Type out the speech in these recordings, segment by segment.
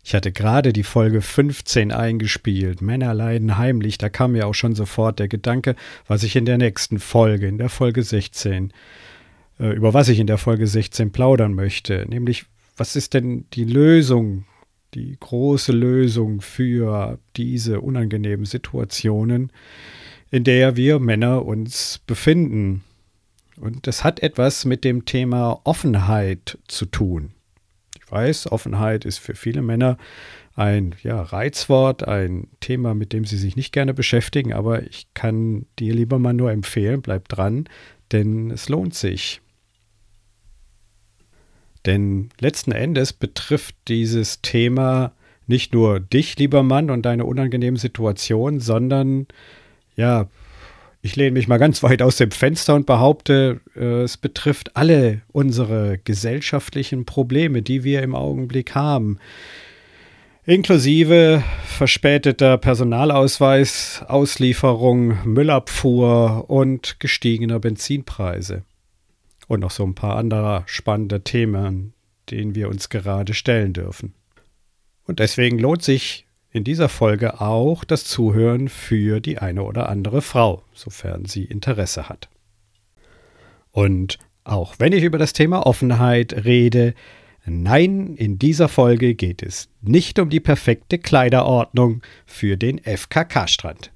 Ich hatte gerade die Folge 15 eingespielt, Männer leiden heimlich. Da kam mir auch schon sofort der Gedanke, was ich in der nächsten Folge, in der Folge 16, über was ich in der Folge 16 plaudern möchte. Nämlich, was ist denn die Lösung, die große Lösung für diese unangenehmen Situationen, in der wir Männer uns befinden? Und das hat etwas mit dem Thema Offenheit zu tun. Ich weiß, Offenheit ist für viele Männer ein Reizwort, ein Thema, mit dem sie sich nicht gerne beschäftigen, aber ich kann dir, lieber Mann, nur empfehlen, bleib dran, denn es lohnt sich. Denn letzten Endes betrifft dieses Thema nicht nur dich, lieber Mann, und deine unangenehmen Situationen, sondern ich lehne mich mal ganz weit aus dem Fenster und behaupte, es betrifft alle unsere gesellschaftlichen Probleme, die wir im Augenblick haben. Inklusive verspäteter Personalausweis, Auslieferung, Müllabfuhr und gestiegener Benzinpreise. Und noch so ein paar anderer spannender Themen, denen wir uns gerade stellen dürfen. Und deswegen lohnt sich in dieser Folge auch das Zuhören für die eine oder andere Frau, sofern sie Interesse hat. Und auch wenn ich über das Thema Offenheit rede, nein, in dieser Folge geht es nicht um die perfekte Kleiderordnung für den FKK-Strand.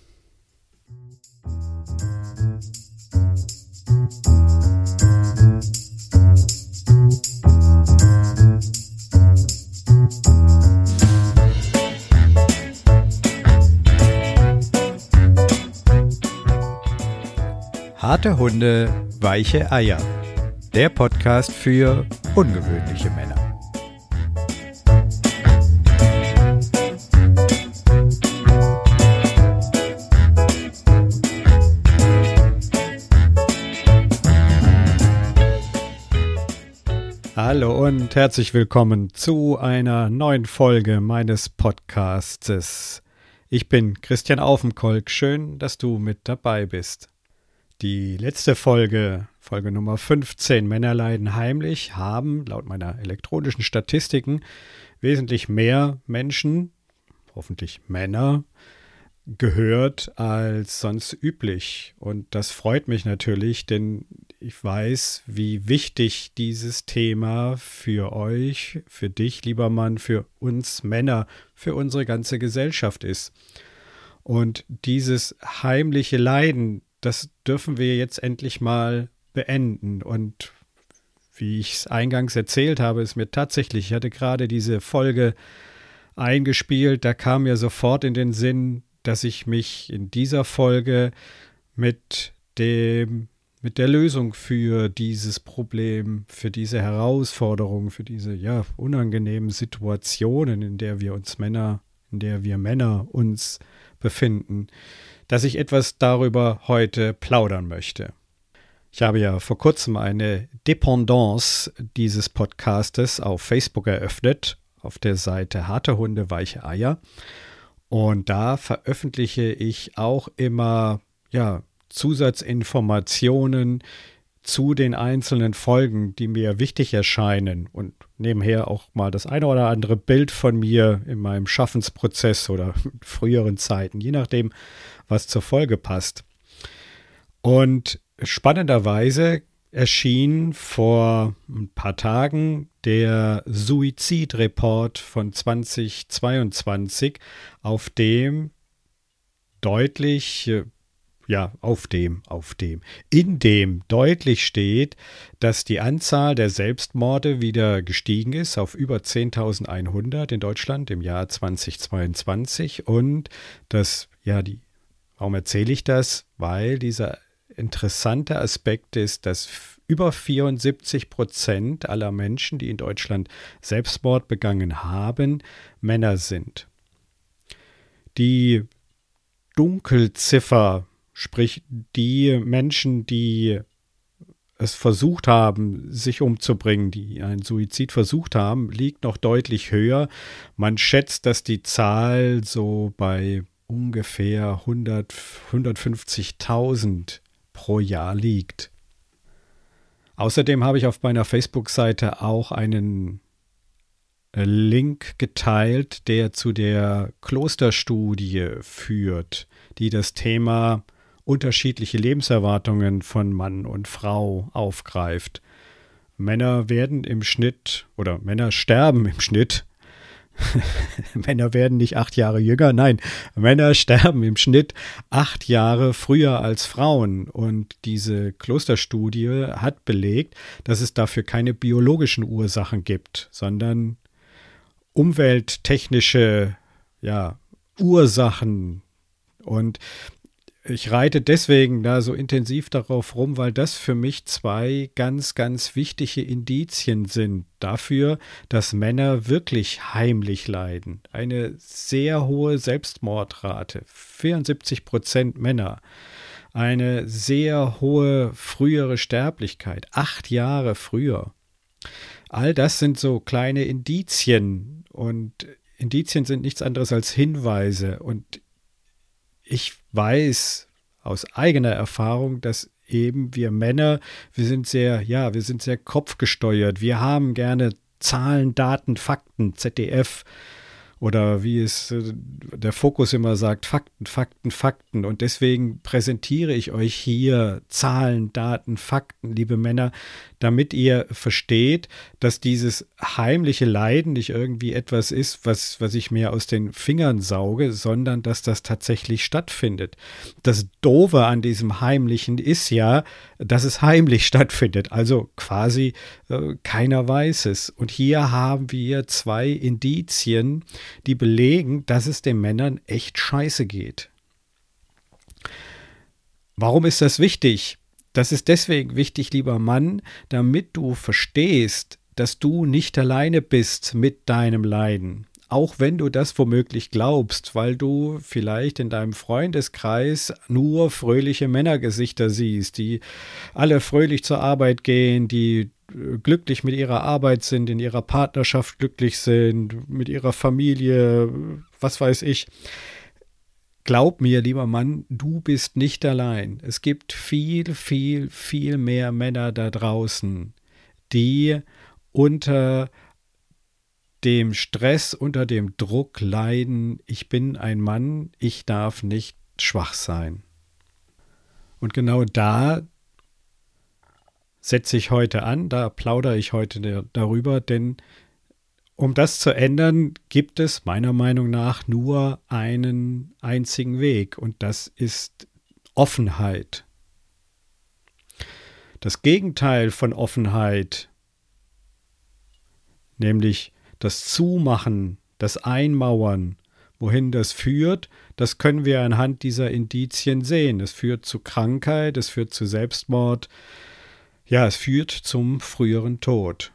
Harte Hunde, weiche Eier. Der Podcast für ungewöhnliche Männer. Hallo und herzlich willkommen zu einer neuen Folge meines Podcastes. Ich bin Christian Aufenkolk. Schön, dass du mit dabei bist. Die letzte Folge Nummer 15, Männer leiden heimlich, haben laut meiner elektronischen Statistiken wesentlich mehr Menschen, hoffentlich Männer, gehört als sonst üblich. Und das freut mich natürlich, denn ich weiß, wie wichtig dieses Thema für euch, für dich, lieber Mann, für uns Männer, für unsere ganze Gesellschaft ist. Und dieses heimliche Leiden, das dürfen wir jetzt endlich mal beenden. Und wie ich es eingangs erzählt habe, ist mir tatsächlich, ich hatte gerade diese Folge eingespielt, da kam mir sofort in den Sinn, dass ich mich in dieser Folge mit der Lösung für dieses Problem, für diese Herausforderung, für diese unangenehmen Situationen, in der wir Männer uns befinden, dass ich etwas darüber heute plaudern möchte. Ich habe ja vor kurzem eine Dependance dieses Podcastes auf Facebook eröffnet, auf der Seite Harte Hunde, weiche Eier. Und da veröffentliche ich auch immer Zusatzinformationen zu den einzelnen Folgen, die mir wichtig erscheinen, und nebenher auch mal das eine oder andere Bild von mir in meinem Schaffensprozess oder früheren Zeiten, je nachdem, was zur Folge passt. Und spannenderweise erschien vor ein paar Tagen der Suizidreport von 2022, auf dem in dem deutlich steht, dass die Anzahl der Selbstmorde wieder gestiegen ist auf über 10.100 in Deutschland im Jahr 2022 und warum erzähle ich das? Weil dieser interessante Aspekt ist, dass über 74% aller Menschen, die in Deutschland Selbstmord begangen haben, Männer sind. Die Dunkelziffer, sprich die Menschen, die es versucht haben, sich umzubringen, die einen Suizid versucht haben, liegt noch deutlich höher. Man schätzt, dass die Zahl so bei ungefähr 150.000 pro Jahr liegt. Außerdem habe ich auf meiner Facebook-Seite auch einen Link geteilt, der zu der Klosterstudie führt, die das Thema unterschiedliche Lebenserwartungen von Mann und Frau aufgreift. Männer werden im Schnitt oder Männer sterben im Schnitt. Männer werden nicht 8 Jahre jünger, nein, Männer sterben im Schnitt 8 Jahre früher als Frauen. Und diese Klosterstudie hat belegt, dass es dafür keine biologischen Ursachen gibt, sondern umwelttechnische Ursachen. Und ich reite deswegen da so intensiv darauf rum, weil das für mich 2 ganz, ganz wichtige Indizien sind dafür, dass Männer wirklich heimlich leiden. Eine sehr hohe Selbstmordrate, 74% Männer. Eine sehr hohe frühere Sterblichkeit, 8 Jahre früher. All das sind so kleine Indizien und Indizien sind nichts anderes als Hinweise und ich weiß aus eigener Erfahrung, dass eben wir Männer, wir sind sehr kopfgesteuert. Wir haben gerne Zahlen, Daten, Fakten, ZDF oder wie es der Fokus immer sagt, Fakten, Fakten, Fakten. Und deswegen präsentiere ich euch hier Zahlen, Daten, Fakten, liebe Männer, damit ihr versteht, dass dieses heimliche Leiden nicht irgendwie etwas ist, was ich mir aus den Fingern sauge, sondern dass das tatsächlich stattfindet. Das Doofe an diesem Heimlichen ist ja, dass es heimlich stattfindet. Also quasi keiner weiß es. Und hier haben wir 2 Indizien, die belegen, dass es den Männern echt scheiße geht. Warum ist das wichtig? Das ist deswegen wichtig, lieber Mann, damit du verstehst, dass du nicht alleine bist mit deinem Leiden. Auch wenn du das womöglich glaubst, weil du vielleicht in deinem Freundeskreis nur fröhliche Männergesichter siehst, die alle fröhlich zur Arbeit gehen, die glücklich mit ihrer Arbeit sind, in ihrer Partnerschaft glücklich sind, mit ihrer Familie, was weiß ich. Glaub mir, lieber Mann, du bist nicht allein. Es gibt viel, viel, viel mehr Männer da draußen, die unter dem Stress, unter dem Druck leiden. Ich bin ein Mann, ich darf nicht schwach sein. Und da setze ich heute an, da plaudere ich heute darüber, denn um das zu ändern, gibt es meiner Meinung nach nur einen einzigen Weg und das ist Offenheit. Das Gegenteil von Offenheit, nämlich das Zumachen, das Einmauern, wohin das führt, das können wir anhand dieser Indizien sehen. Es führt zu Krankheit, es führt zu Selbstmord, es führt zum früheren Tod.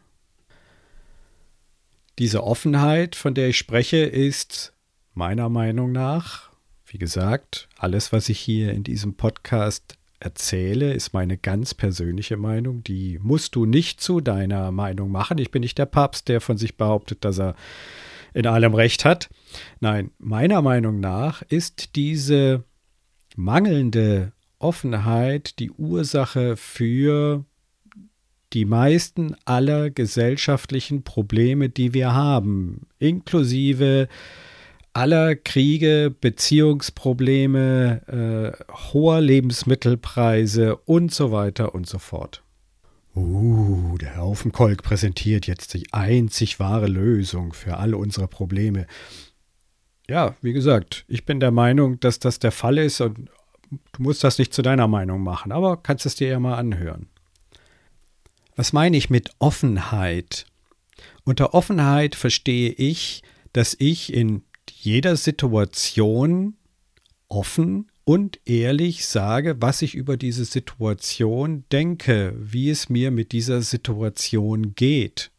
Diese Offenheit, von der ich spreche, ist meiner Meinung nach, wie gesagt, alles, was ich hier in diesem Podcast erzähle, ist meine ganz persönliche Meinung. Die musst du nicht zu deiner Meinung machen. Ich bin nicht der Papst, der von sich behauptet, dass er in allem Recht hat. Nein, meiner Meinung nach ist diese mangelnde Offenheit die Ursache für die meisten aller gesellschaftlichen Probleme, die wir haben, inklusive aller Kriege, Beziehungsprobleme, hoher Lebensmittelpreise und so weiter und so fort. Der Herr Aufenkolk präsentiert jetzt die einzig wahre Lösung für alle unsere Probleme. Ja, wie gesagt, ich bin der Meinung, dass das der Fall ist und du musst das nicht zu deiner Meinung machen, aber kannst es dir ja mal anhören. Was meine ich mit Offenheit? Unter Offenheit verstehe ich, dass ich in jeder Situation offen und ehrlich sage, was ich über diese Situation denke, wie es mir mit dieser Situation geht.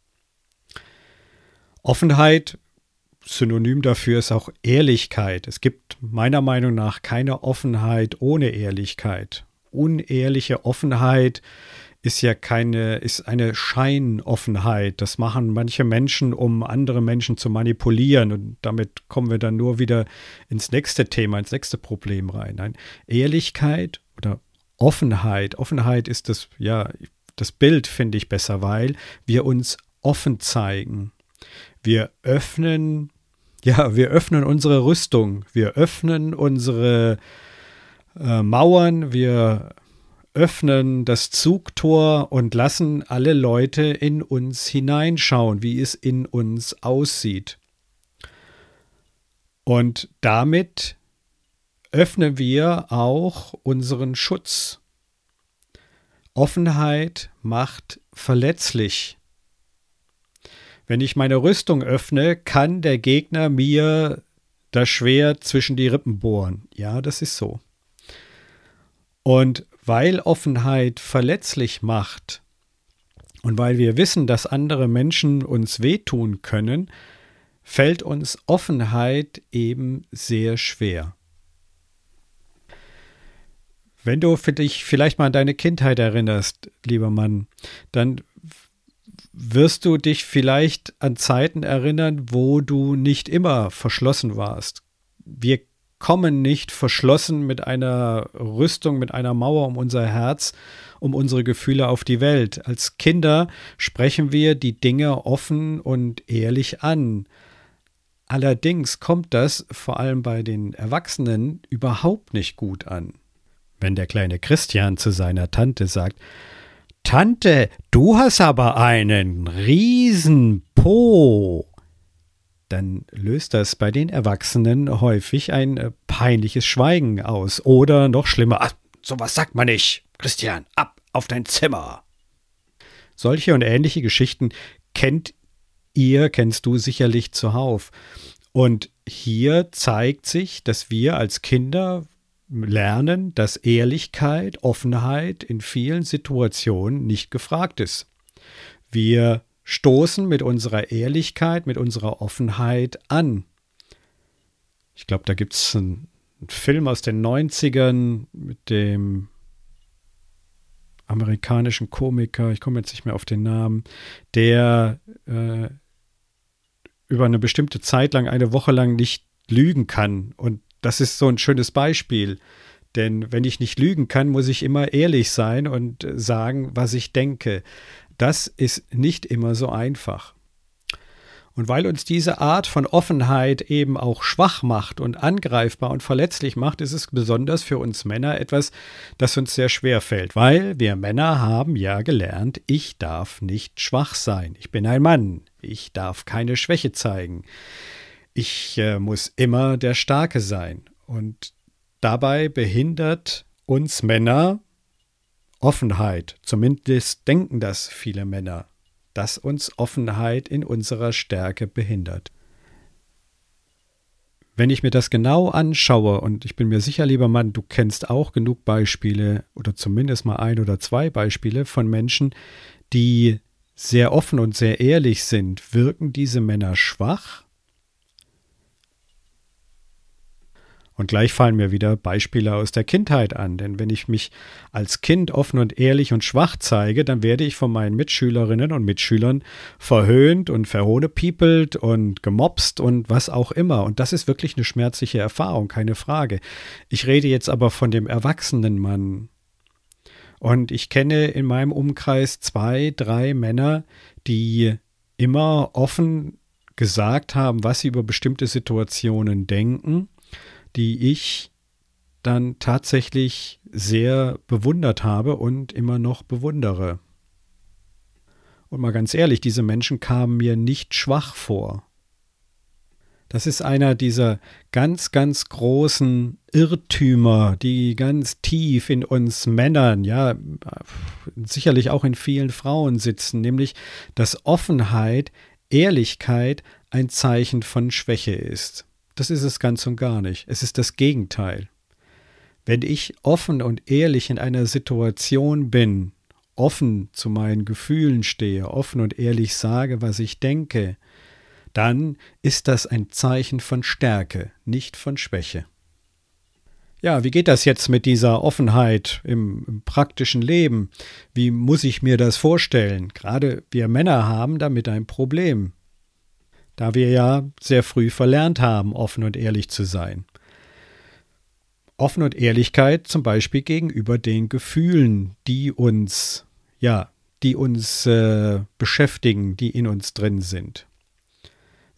Offenheit, Synonym dafür ist auch Ehrlichkeit. Es gibt meiner Meinung nach keine Offenheit ohne Ehrlichkeit. Unehrliche Offenheit ist eine Scheinoffenheit. Das machen manche Menschen, um andere Menschen zu manipulieren. Und damit kommen wir dann nur wieder ins nächste Thema, ins nächste Problem rein. Nein, Ehrlichkeit oder Offenheit. Offenheit ist das Bild, finde ich besser, weil wir uns offen zeigen. wir öffnen unsere Rüstung, wir öffnen unsere Mauern, wir öffnen das Zugtor und lassen alle Leute in uns hineinschauen, wie es in uns aussieht. Und damit öffnen wir auch unseren Schutz. Offenheit macht verletzlich. Wenn ich meine Rüstung öffne, kann der Gegner mir das Schwert zwischen die Rippen bohren. Ja, das ist so. Und weil Offenheit verletzlich macht und weil wir wissen, dass andere Menschen uns wehtun können, fällt uns Offenheit eben sehr schwer. Wenn du dich vielleicht mal an deine Kindheit erinnerst, lieber Mann, dann wirst du dich vielleicht an Zeiten erinnern, wo du nicht immer verschlossen warst. Wir kommen nicht verschlossen mit einer Rüstung, mit einer Mauer um unser Herz, um unsere Gefühle auf die Welt. Als Kinder sprechen wir die Dinge offen und ehrlich an. Allerdings kommt das vor allem bei den Erwachsenen überhaupt nicht gut an. Wenn der kleine Christian zu seiner Tante sagt: Tante, du hast aber einen riesen Po, dann löst das bei den Erwachsenen häufig ein peinliches Schweigen aus. Oder noch schlimmer: Ach, sowas sagt man nicht. Christian, ab auf dein Zimmer. Solche und ähnliche Geschichten kennst du sicherlich zuhauf. Und hier zeigt sich, dass wir als Kinder lernen, dass Ehrlichkeit, Offenheit in vielen Situationen nicht gefragt ist. Wir stoßen mit unserer Ehrlichkeit, mit unserer Offenheit an. Ich glaube, da gibt es einen Film aus den 90ern mit dem amerikanischen Komiker, ich komme jetzt nicht mehr auf den Namen, der über eine bestimmte Zeit lang, eine Woche lang nicht lügen kann. Und das ist so ein schönes Beispiel. Denn wenn ich nicht lügen kann, muss ich immer ehrlich sein und sagen, was ich denke. Das ist nicht immer so einfach. Und weil uns diese Art von Offenheit eben auch schwach macht und angreifbar und verletzlich macht, ist es besonders für uns Männer etwas, das uns sehr schwer fällt. Weil wir Männer haben ja gelernt, ich darf nicht schwach sein. Ich bin ein Mann. Ich darf keine Schwäche zeigen. Ich muss immer der Starke sein. Und dabei behindert uns Männer Offenheit. Zumindest denken das viele Männer, dass uns Offenheit in unserer Stärke behindert. Wenn ich mir das genau anschaue, und ich bin mir sicher, lieber Mann, du kennst auch genug Beispiele oder zumindest mal 1 oder 2 Beispiele von Menschen, die sehr offen und sehr ehrlich sind, wirken diese Männer schwach? Und gleich fallen mir wieder Beispiele aus der Kindheit an, denn wenn ich mich als Kind offen und ehrlich und schwach zeige, dann werde ich von meinen Mitschülerinnen und Mitschülern verhöhnt und verhohnepiepelt und gemopst und was auch immer. Und das ist wirklich eine schmerzliche Erfahrung, keine Frage. Ich rede jetzt aber von dem erwachsenen Mann. Und ich kenne in meinem Umkreis 2, 3 Männer, die immer offen gesagt haben, was sie über bestimmte Situationen denken, die ich dann tatsächlich sehr bewundert habe und immer noch bewundere. Und mal ganz ehrlich, diese Menschen kamen mir nicht schwach vor. Das ist einer dieser ganz, ganz großen Irrtümer, die ganz tief in uns Männern, ja, sicherlich auch in vielen Frauen sitzen, nämlich, dass Offenheit, Ehrlichkeit ein Zeichen von Schwäche ist. Das ist es ganz und gar nicht. Es ist das Gegenteil. Wenn ich offen und ehrlich in einer Situation bin, offen zu meinen Gefühlen stehe, offen und ehrlich sage, was ich denke, dann ist das ein Zeichen von Stärke, nicht von Schwäche. Ja, wie geht das jetzt mit dieser Offenheit im praktischen Leben? Wie muss ich mir das vorstellen? Gerade wir Männer haben damit ein Problem, da wir ja sehr früh verlernt haben, offen und ehrlich zu sein. Offen und Ehrlichkeit zum Beispiel gegenüber den Gefühlen, die uns beschäftigen, die in uns drin sind.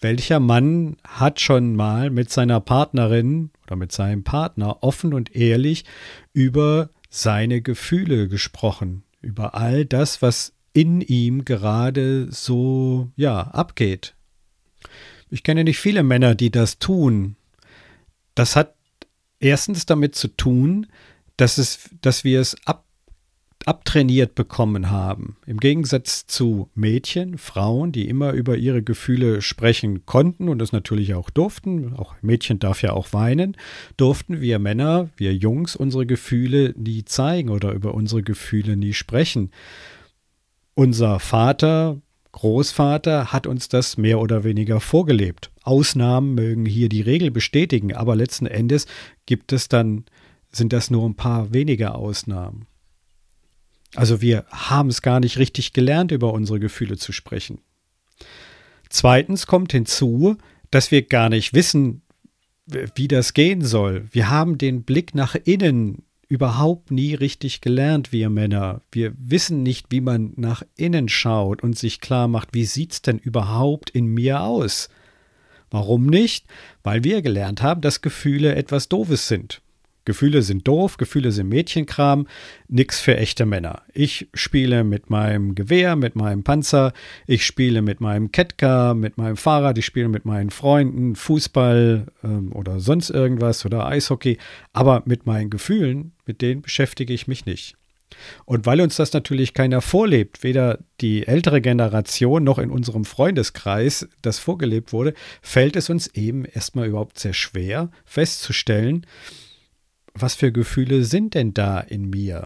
Welcher Mann hat schon mal mit seiner Partnerin oder mit seinem Partner offen und ehrlich über seine Gefühle gesprochen, über all das, was in ihm gerade so, abgeht? Ich kenne nicht viele Männer, die das tun. Das hat erstens damit zu tun, dass wir es abtrainiert bekommen haben. Im Gegensatz zu Mädchen, Frauen, die immer über ihre Gefühle sprechen konnten und das natürlich auch durften, auch Mädchen darf ja auch weinen, durften wir Männer, wir Jungs, unsere Gefühle nie zeigen oder über unsere Gefühle nie sprechen. Unser Vater, Großvater hat uns das mehr oder weniger vorgelebt. Ausnahmen mögen hier die Regel bestätigen, aber letzten Endes sind das nur ein paar wenige Ausnahmen. Also wir haben es gar nicht richtig gelernt, über unsere Gefühle zu sprechen. Zweitens kommt hinzu, dass wir gar nicht wissen, wie das gehen soll. Wir haben den Blick nach innen überhaupt nie richtig gelernt, wir Männer. Wir wissen nicht, wie man nach innen schaut und sich klar macht, wie sieht es denn überhaupt in mir aus? Warum nicht? Weil wir gelernt haben, dass Gefühle etwas Doofes sind. Gefühle sind doof, Gefühle sind Mädchenkram, nix für echte Männer. Ich spiele mit meinem Gewehr, mit meinem Panzer, ich spiele mit meinem Catcar, mit meinem Fahrrad, ich spiele mit meinen Freunden, Fußball oder sonst irgendwas oder Eishockey, aber mit meinen Gefühlen, mit denen beschäftige ich mich nicht. Und weil uns das natürlich keiner vorlebt, weder die ältere Generation noch in unserem Freundeskreis das vorgelebt wurde, fällt es uns eben erstmal überhaupt sehr schwer festzustellen, was für Gefühle sind denn da in mir?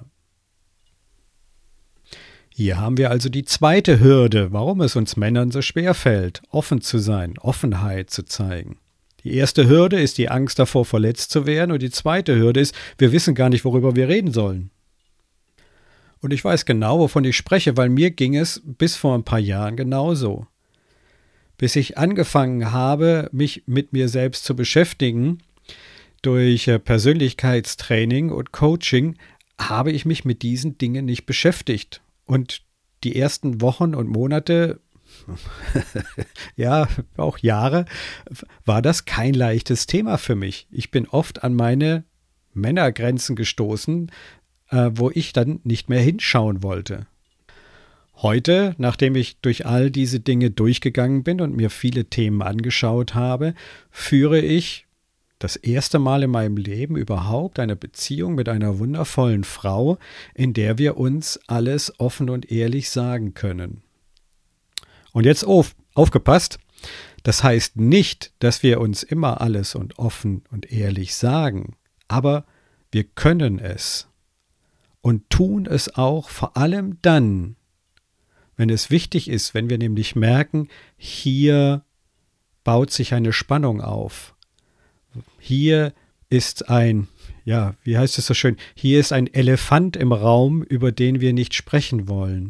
Hier haben wir also die zweite Hürde, warum es uns Männern so schwer fällt, offen zu sein, Offenheit zu zeigen. Die erste Hürde ist die Angst davor, verletzt zu werden, und die zweite Hürde ist, wir wissen gar nicht, worüber wir reden sollen. Und ich weiß genau, wovon ich spreche, weil mir ging es bis vor ein paar Jahren genauso. Bis ich angefangen habe, mich mit mir selbst zu beschäftigen, durch Persönlichkeitstraining und Coaching, habe ich mich mit diesen Dingen nicht beschäftigt. Und die ersten Wochen und Monate, ja, auch Jahre, war das kein leichtes Thema für mich. Ich bin oft an meine Männergrenzen gestoßen, wo ich dann nicht mehr hinschauen wollte. Heute, nachdem ich durch all diese Dinge durchgegangen bin und mir viele Themen angeschaut habe, führe ich das erste Mal in meinem Leben überhaupt eine Beziehung mit einer wundervollen Frau, in der wir uns alles offen und ehrlich sagen können. Und jetzt aufgepasst, das heißt nicht, dass wir uns immer alles und offen und ehrlich sagen, aber wir können es und tun es auch vor allem dann, wenn es wichtig ist, wenn wir nämlich merken, hier baut sich eine Spannung auf. Hier ist wie heißt es so schön, hier ist ein Elefant im Raum, über den wir nicht sprechen wollen.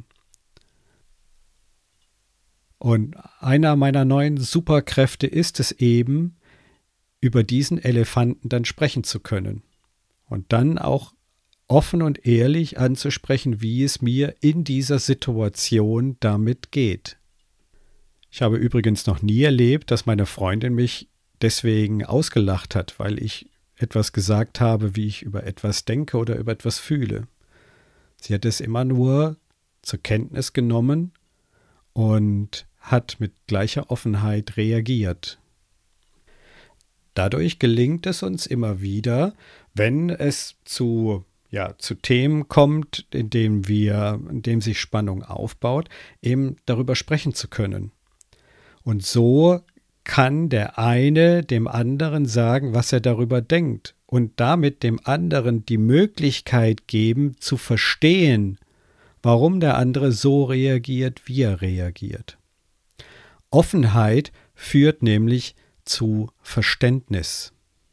Und einer meiner neuen Superkräfte ist es eben, über diesen Elefanten dann sprechen zu können. Und dann auch offen und ehrlich anzusprechen, wie es mir in dieser Situation damit geht. Ich habe übrigens noch nie erlebt, dass meine Freundin mich deswegen ausgelacht hat, weil ich etwas gesagt habe, wie ich über etwas denke oder über etwas fühle. Sie hat es immer nur zur Kenntnis genommen und hat mit gleicher Offenheit reagiert. Dadurch gelingt es uns immer wieder, wenn es zu Themen kommt, in dem sich Spannung aufbaut, eben darüber sprechen zu können. Und so kann der eine dem anderen sagen, was er darüber denkt und damit dem anderen die Möglichkeit geben, zu verstehen, warum der andere so reagiert, wie er reagiert. Offenheit führt nämlich zu Verständnis.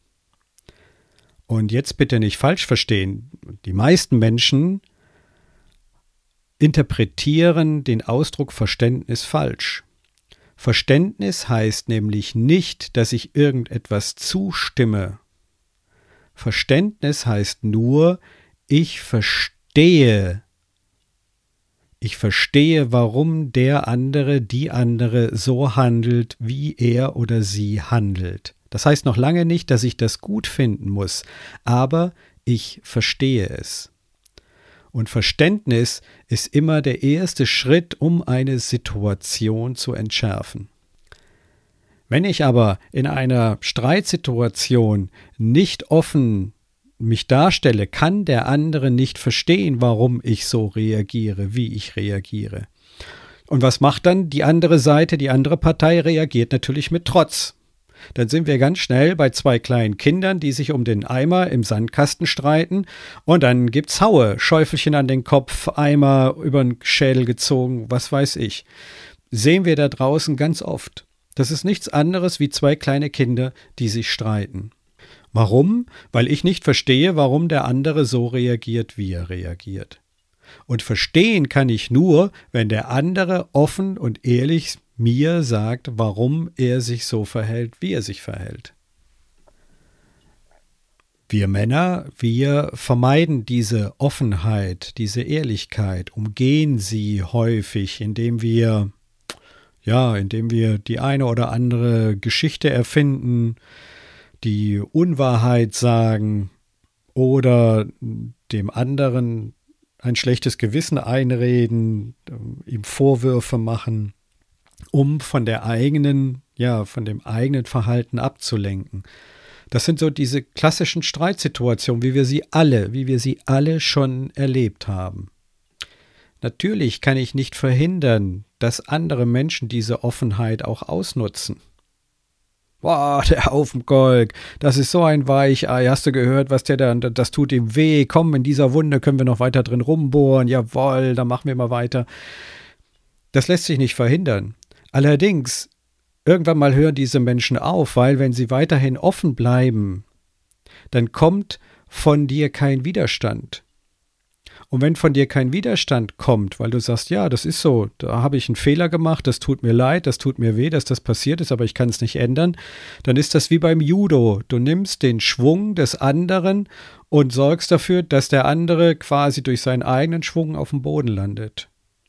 Und jetzt bitte nicht falsch verstehen. Die meisten Menschen interpretieren den Ausdruck Verständnis falsch. Verständnis heißt nämlich nicht, dass ich irgendetwas zustimme. Verständnis heißt nur, ich verstehe Ich verstehe, warum der andere, die andere so handelt, wie er oder sie handelt. Das heißt noch lange nicht, dass ich das gut finden muss, aber ich verstehe es. Und Verständnis ist immer der erste Schritt, um eine Situation zu entschärfen. Wenn ich aber in einer Streitsituation nicht offen mich darstelle, kann der andere nicht verstehen, warum ich so reagiere, wie ich reagiere. Und was macht dann die andere Seite? Die andere Partei reagiert natürlich mit Trotz. Dann sind wir ganz schnell bei zwei kleinen Kindern, die sich um den Eimer im Sandkasten streiten, und dann gibt's Haue, Schäufelchen an den Kopf, Eimer über den Schädel gezogen, was weiß ich. Sehen wir da draußen ganz oft. Das ist nichts anderes wie zwei kleine Kinder, die sich streiten. Warum? Weil ich nicht verstehe, warum der andere so reagiert, wie er reagiert. Und verstehen kann ich nur, wenn der andere offen und ehrlich mir sagt, warum er sich so verhält, wie er sich verhält. Wir Männer, wir vermeiden diese Offenheit, diese Ehrlichkeit, umgehen sie häufig, indem wir die eine oder andere Geschichte erfinden, die Unwahrheit sagen oder dem anderen ein schlechtes Gewissen einreden, ihm Vorwürfe machen, um von dem eigenen Verhalten abzulenken. Das sind so diese klassischen Streitsituationen, wie wir sie alle schon erlebt haben. Natürlich kann ich nicht verhindern, dass andere Menschen diese Offenheit auch ausnutzen. Boah, der Aufenkolk, das ist so ein Weichei, hast du gehört, was der da, das tut ihm weh, komm, in dieser Wunde können wir noch weiter drin rumbohren, jawohl, dann machen wir mal weiter. Das lässt sich nicht verhindern. Allerdings, irgendwann mal hören diese Menschen auf, weil wenn sie weiterhin offen bleiben, dann kommt von dir kein Widerstand. Und wenn von dir kein Widerstand kommt, weil du sagst, ja, das ist so, da habe ich einen Fehler gemacht, das tut mir leid, das tut mir weh, dass das passiert ist, aber ich kann es nicht ändern, dann ist das wie beim Judo. Du nimmst den Schwung des anderen und sorgst dafür, dass der andere quasi durch seinen eigenen Schwung auf dem Boden landet.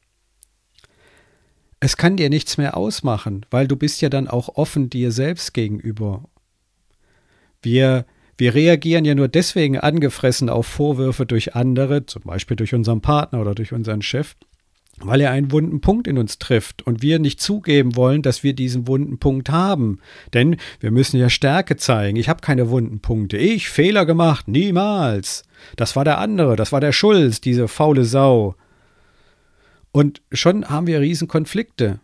Es kann dir nichts mehr ausmachen, weil du bist ja dann auch offen dir selbst gegenüber. Wir reagieren ja nur deswegen angefressen auf Vorwürfe durch andere, zum Beispiel durch unseren Partner oder durch unseren Chef, weil er einen wunden Punkt in uns trifft und wir nicht zugeben wollen, dass wir diesen wunden Punkt haben. Denn wir müssen ja Stärke zeigen. Ich habe keine wunden Punkte. Ich Fehler gemacht, niemals. Das war der andere, das war der Schulz, diese faule Sau. Und schon haben wir Riesenkonflikte.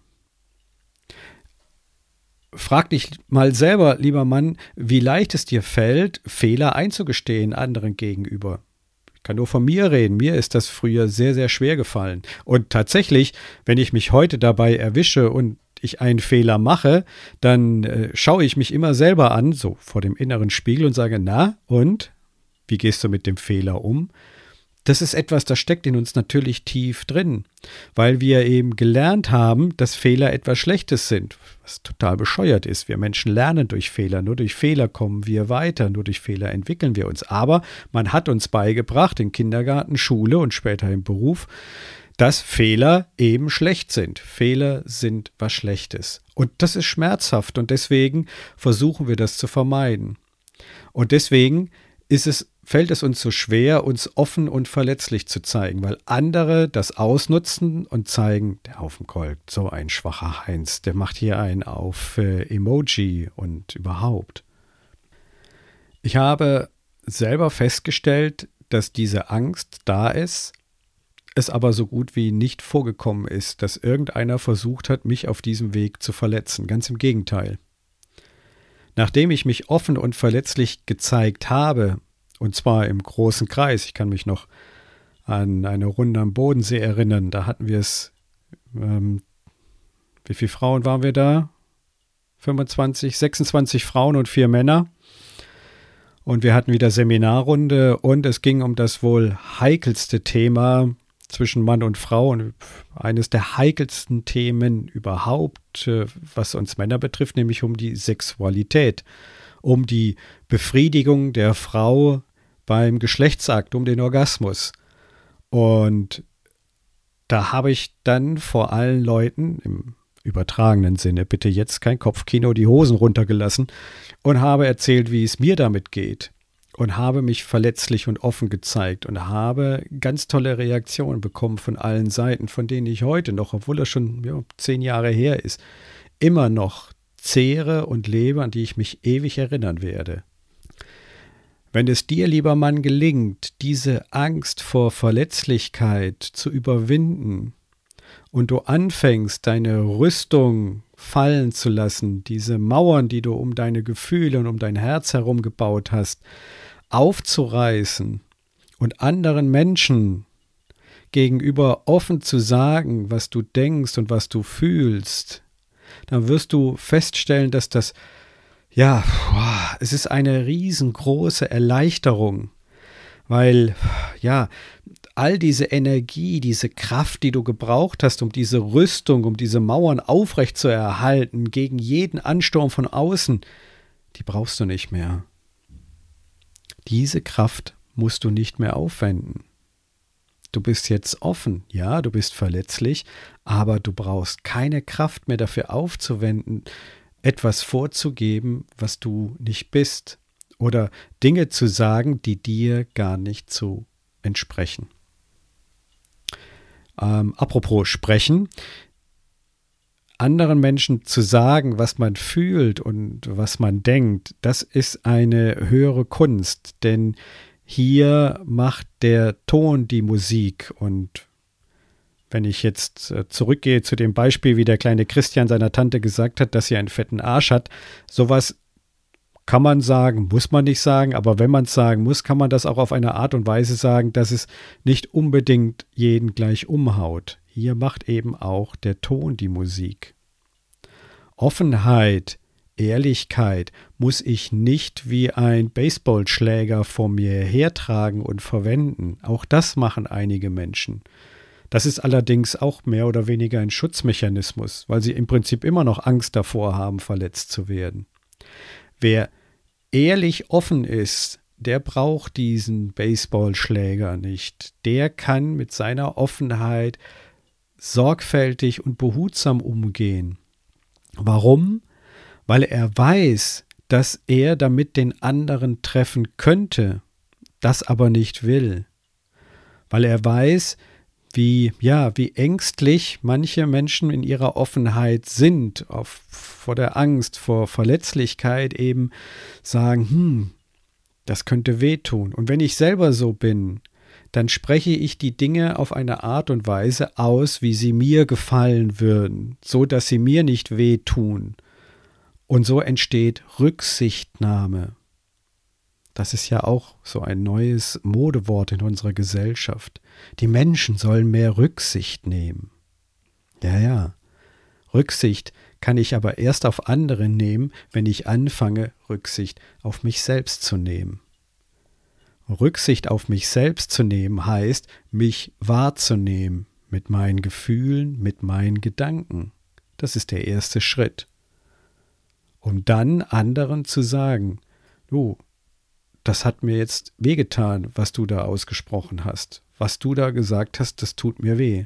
Frag dich mal selber, lieber Mann, wie leicht es dir fällt, Fehler einzugestehen anderen gegenüber. Ich kann nur von mir reden. Mir ist das früher sehr, sehr schwer gefallen. Und tatsächlich, wenn ich mich heute dabei erwische und ich einen Fehler mache, dann schaue ich mich immer selber an, so vor dem inneren Spiegel und sage, na, und? Wie gehst du mit dem Fehler um? Das ist etwas, das steckt in uns natürlich tief drin, weil wir eben gelernt haben, dass Fehler etwas Schlechtes sind, was total bescheuert ist. Wir Menschen lernen durch Fehler, nur durch Fehler kommen wir weiter, nur durch Fehler entwickeln wir uns. Aber man hat uns beigebracht, in Kindergarten, Schule und später im Beruf, dass Fehler eben schlecht sind. Fehler sind was Schlechtes. Und das ist schmerzhaft und deswegen versuchen wir das zu vermeiden. Und deswegen fällt es uns so schwer, uns offen und verletzlich zu zeigen, weil andere das ausnutzen und zeigen, der Aufenkolk, so ein schwacher Heinz, der macht hier einen auf Emoji und überhaupt. Ich habe selber festgestellt, dass diese Angst da ist, es aber so gut wie nicht vorgekommen ist, dass irgendeiner versucht hat, mich auf diesem Weg zu verletzen. Ganz im Gegenteil. Nachdem ich mich offen und verletzlich gezeigt habe, und zwar im großen Kreis. Ich kann mich noch an eine Runde am Bodensee erinnern. Da hatten wir es, wie viele Frauen waren wir da? 26 Frauen und 4 Männer. Und wir hatten wieder Seminarrunde und es ging um das wohl heikelste Thema zwischen Mann und Frau und eines der heikelsten Themen überhaupt, was uns Männer betrifft, nämlich um die Sexualität, um die Befriedigung der Frau beim Geschlechtsakt, um den Orgasmus. Und da habe ich dann vor allen Leuten im übertragenen Sinne, bitte jetzt kein Kopfkino, die Hosen runtergelassen und habe erzählt, wie es mir damit geht und habe mich verletzlich und offen gezeigt und habe ganz tolle Reaktionen bekommen von allen Seiten, von denen ich heute noch, obwohl das schon 10 Jahre her ist, immer noch zehre und lebe, an die ich mich ewig erinnern werde. Wenn es dir, lieber Mann, gelingt, diese Angst vor Verletzlichkeit zu überwinden und du anfängst, deine Rüstung fallen zu lassen, diese Mauern, die du um deine Gefühle und um dein Herz herum gebaut hast, aufzureißen und anderen Menschen gegenüber offen zu sagen, was du denkst und was du fühlst, dann wirst du feststellen, dass das es ist eine riesengroße Erleichterung, weil, all diese Energie, diese Kraft, die du gebraucht hast, um diese Rüstung, um diese Mauern aufrechtzuerhalten, gegen jeden Ansturm von außen, die brauchst du nicht mehr. Diese Kraft musst du nicht mehr aufwenden. Du bist jetzt offen, ja, du bist verletzlich, aber du brauchst keine Kraft mehr dafür aufzuwenden, etwas vorzugeben, was du nicht bist, oder Dinge zu sagen, die dir gar nicht so entsprechen. Apropos sprechen, anderen Menschen zu sagen, was man fühlt und was man denkt, das ist eine höhere Kunst, denn hier macht der Ton die Musik. Und wenn ich jetzt zurückgehe zu dem Beispiel, wie der kleine Christian seiner Tante gesagt hat, dass sie einen fetten Arsch hat, sowas kann man sagen, muss man nicht sagen, aber wenn man es sagen muss, kann man das auch auf eine Art und Weise sagen, dass es nicht unbedingt jeden gleich umhaut. Hier macht eben auch der Ton die Musik. Offenheit, Ehrlichkeit muss ich nicht wie ein Baseballschläger vor mir hertragen und verwenden. Auch das machen einige Menschen. Das ist allerdings auch mehr oder weniger ein Schutzmechanismus, weil sie im Prinzip immer noch Angst davor haben, verletzt zu werden. Wer ehrlich offen ist, der braucht diesen Baseballschläger nicht. Der kann mit seiner Offenheit sorgfältig und behutsam umgehen. Warum? Weil er weiß, dass er damit den anderen treffen könnte, das aber nicht will. Weil er weiß, wie ängstlich manche Menschen in ihrer Offenheit sind, vor der Angst, vor Verletzlichkeit eben sagen, das könnte wehtun. Und wenn ich selber so bin, dann spreche ich die Dinge auf eine Art und Weise aus, wie sie mir gefallen würden, so dass sie mir nicht wehtun. Und so entsteht Rücksichtnahme. Das ist ja auch so ein neues Modewort in unserer Gesellschaft. Die Menschen sollen mehr Rücksicht nehmen. Ja. Rücksicht kann ich aber erst auf andere nehmen, wenn ich anfange, Rücksicht auf mich selbst zu nehmen. Rücksicht auf mich selbst zu nehmen heißt, mich wahrzunehmen mit meinen Gefühlen, mit meinen Gedanken. Das ist der erste Schritt. Um dann anderen zu sagen, du, das hat mir jetzt wehgetan, was du da ausgesprochen hast. Was du da gesagt hast, das tut mir weh.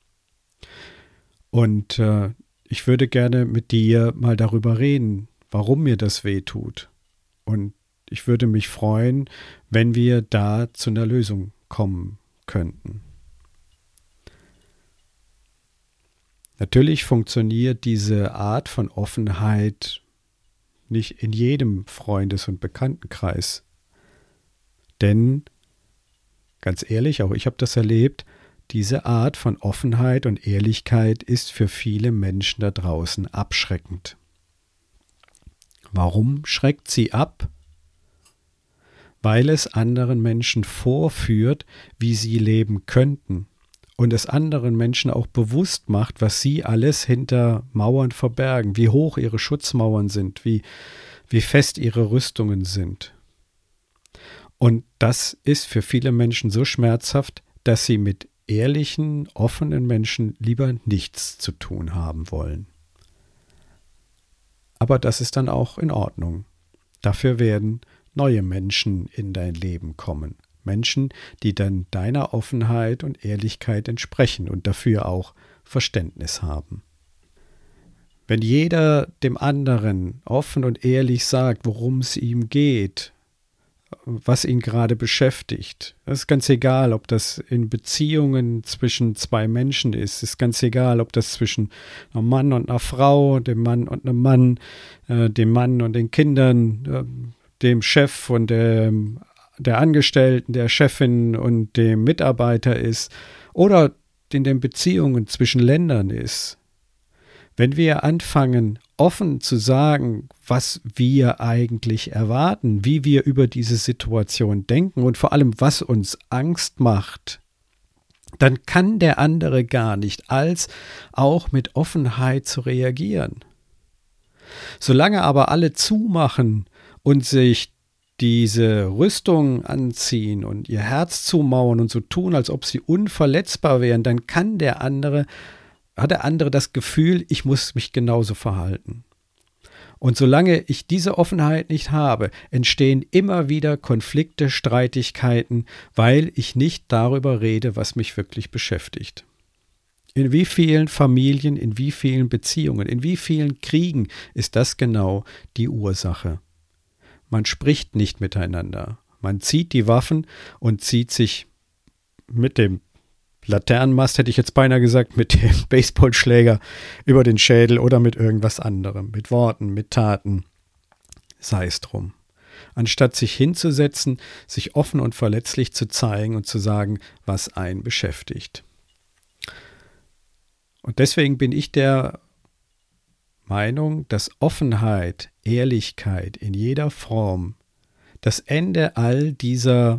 Und ich würde gerne mit dir mal darüber reden, warum mir das weh tut. Und ich würde mich freuen, wenn wir da zu einer Lösung kommen könnten. Natürlich funktioniert diese Art von Offenheit nicht in jedem Freundes- und Bekanntenkreis. Denn, ganz ehrlich, auch ich habe das erlebt, diese Art von Offenheit und Ehrlichkeit ist für viele Menschen da draußen abschreckend. Warum schreckt sie ab? Weil es anderen Menschen vorführt, wie sie leben könnten und es anderen Menschen auch bewusst macht, was sie alles hinter Mauern verbergen, wie hoch ihre Schutzmauern sind, wie fest ihre Rüstungen sind. Und das ist für viele Menschen so schmerzhaft, dass sie mit ehrlichen, offenen Menschen lieber nichts zu tun haben wollen. Aber das ist dann auch in Ordnung. Dafür werden neue Menschen in dein Leben kommen. Menschen, die dann deiner Offenheit und Ehrlichkeit entsprechen und dafür auch Verständnis haben. Wenn jeder dem anderen offen und ehrlich sagt, worum es ihm geht, was ihn gerade beschäftigt. Es ist ganz egal, ob das in Beziehungen zwischen zwei Menschen ist. Es ist ganz egal, ob das zwischen einem Mann und einer Frau, dem Mann und einem Mann, dem Mann und den Kindern, dem Chef und der Angestellten, der Chefin und dem Mitarbeiter ist oder in den Beziehungen zwischen Ländern ist. Wenn wir anfangen, offen zu sagen, was wir eigentlich erwarten, wie wir über diese Situation denken und vor allem, was uns Angst macht, dann kann der andere gar nicht als auch mit Offenheit zu reagieren. Solange aber alle zumachen und sich diese Rüstung anziehen und ihr Herz zumauern und so tun, als ob sie unverletzbar wären, dann hat der andere das Gefühl, ich muss mich genauso verhalten. Und solange ich diese Offenheit nicht habe, entstehen immer wieder Konflikte, Streitigkeiten, weil ich nicht darüber rede, was mich wirklich beschäftigt. In wie vielen Familien, in wie vielen Beziehungen, in wie vielen Kriegen ist das genau die Ursache? Man spricht nicht miteinander. Man zieht die Waffen und zieht sich mit dem Laternenmast, hätte ich jetzt beinahe gesagt, mit dem Baseballschläger über den Schädel oder mit irgendwas anderem, mit Worten, mit Taten, sei es drum. Anstatt sich hinzusetzen, sich offen und verletzlich zu zeigen und zu sagen, was einen beschäftigt. Und deswegen bin ich der Meinung, dass Offenheit, Ehrlichkeit in jeder Form das Ende all dieser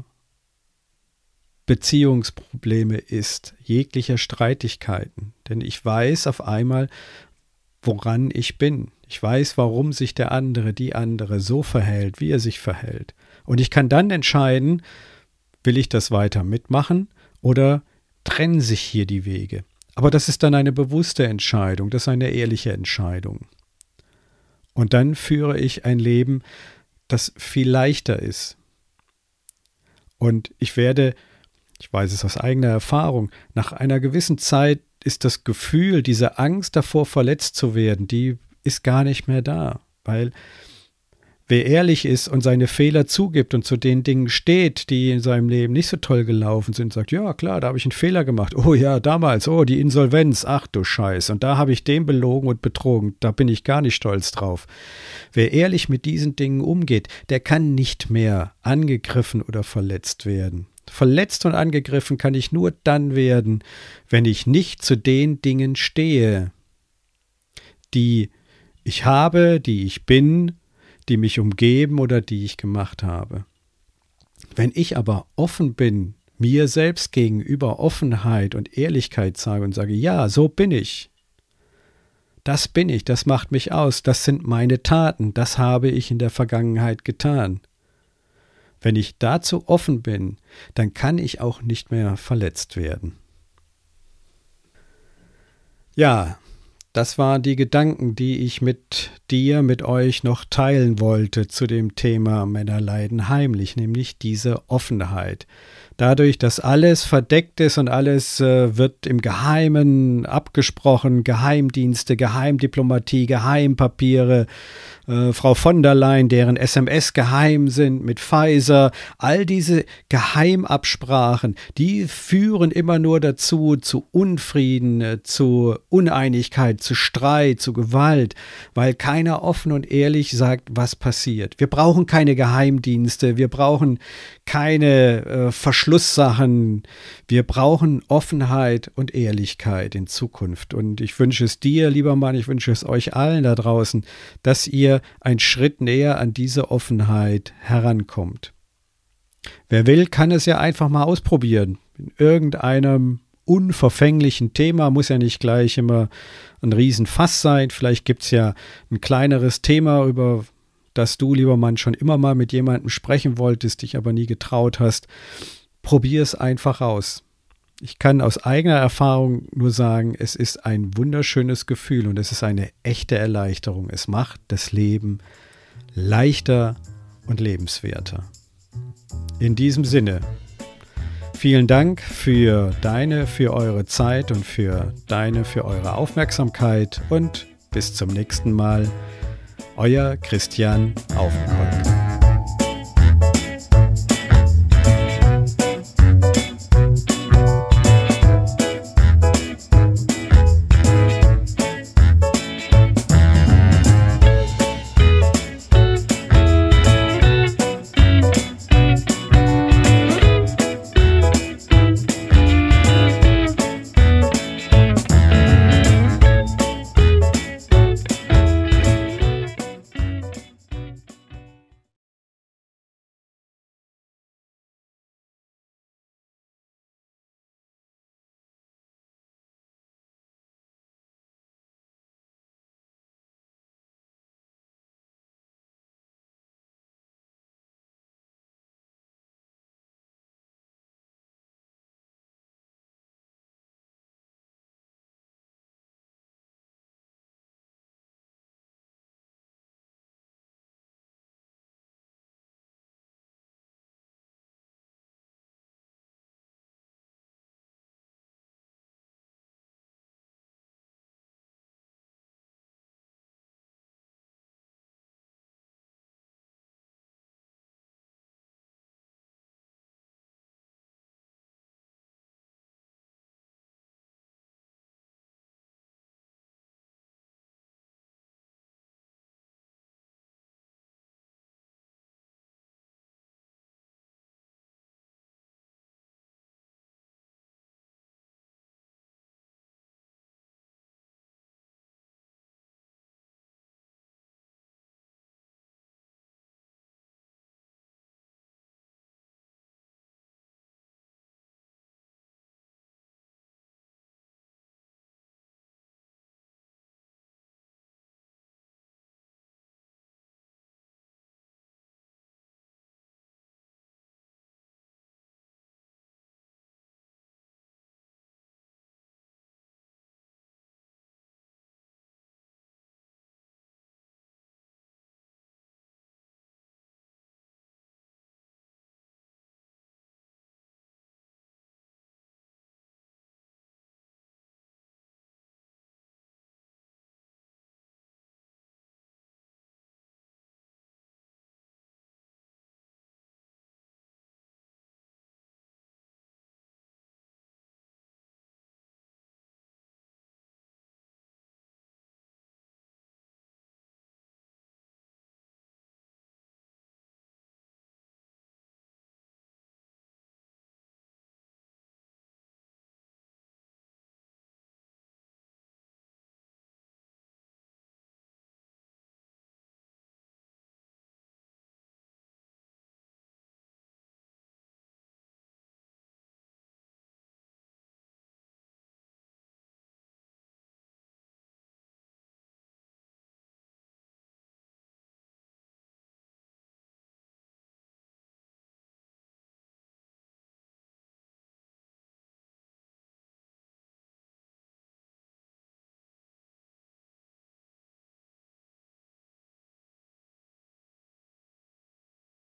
Beziehungsprobleme ist, jeglicher Streitigkeiten. Denn ich weiß auf einmal, woran ich bin. Ich weiß, warum sich der andere, die andere so verhält, wie er sich verhält. Und ich kann dann entscheiden, will ich das weiter mitmachen oder trennen sich hier die Wege. Aber das ist dann eine bewusste Entscheidung, das ist eine ehrliche Entscheidung. Und dann führe ich ein Leben, das viel leichter ist. Und ich weiß es aus eigener Erfahrung, nach einer gewissen Zeit ist das Gefühl, diese Angst davor, verletzt zu werden, die ist gar nicht mehr da. Weil wer ehrlich ist und seine Fehler zugibt und zu den Dingen steht, die in seinem Leben nicht so toll gelaufen sind, sagt, ja klar, da habe ich einen Fehler gemacht. Oh ja, damals, oh, die Insolvenz, ach du Scheiß. Und da habe ich den belogen und betrogen, da bin ich gar nicht stolz drauf. Wer ehrlich mit diesen Dingen umgeht, der kann nicht mehr angegriffen oder verletzt werden. Verletzt und angegriffen kann ich nur dann werden, wenn ich nicht zu den Dingen stehe, die ich habe, die ich bin, die mich umgeben oder die ich gemacht habe. Wenn ich aber offen bin, mir selbst gegenüber Offenheit und Ehrlichkeit sage und sage, ja, so bin ich. Das bin ich, das macht mich aus, das sind meine Taten, das habe ich in der Vergangenheit getan. Wenn ich dazu offen bin, dann kann ich auch nicht mehr verletzt werden. Ja, das waren die Gedanken, die ich mit euch noch teilen wollte zu dem Thema Männer leiden heimlich, nämlich diese Offenheit. Dadurch, dass alles verdeckt ist und alles wird im Geheimen abgesprochen, Geheimdienste, Geheimdiplomatie, Geheimpapiere, Frau von der Leyen, deren SMS geheim sind mit Pfizer, all diese Geheimabsprachen, die führen immer nur dazu, zu Unfrieden, zu Uneinigkeit, zu Streit, zu Gewalt, weil keiner offen und ehrlich sagt, was passiert. Wir brauchen keine Geheimdienste, wir brauchen keine Verschlusssachen, wir brauchen Offenheit und Ehrlichkeit in Zukunft. Und ich wünsche es dir, lieber Mann, ich wünsche es euch allen da draußen, dass ihr einen Schritt näher an diese Offenheit herankommt. Wer will, kann es ja einfach mal ausprobieren. In irgendeinem unverfänglichen Thema, muss ja nicht gleich immer ein Riesenfass sein. Vielleicht gibt es ja ein kleineres Thema, über das du, lieber Mann, schon immer mal mit jemandem sprechen wolltest, dich aber nie getraut hast. Probier es einfach aus. Ich kann aus eigener Erfahrung nur sagen, es ist ein wunderschönes Gefühl und es ist eine echte Erleichterung. Es macht das Leben leichter und lebenswerter. In diesem Sinne, Vielen Dank für eure Zeit und für eure Aufmerksamkeit und bis zum nächsten Mal. Euer Christian Aufenkolk.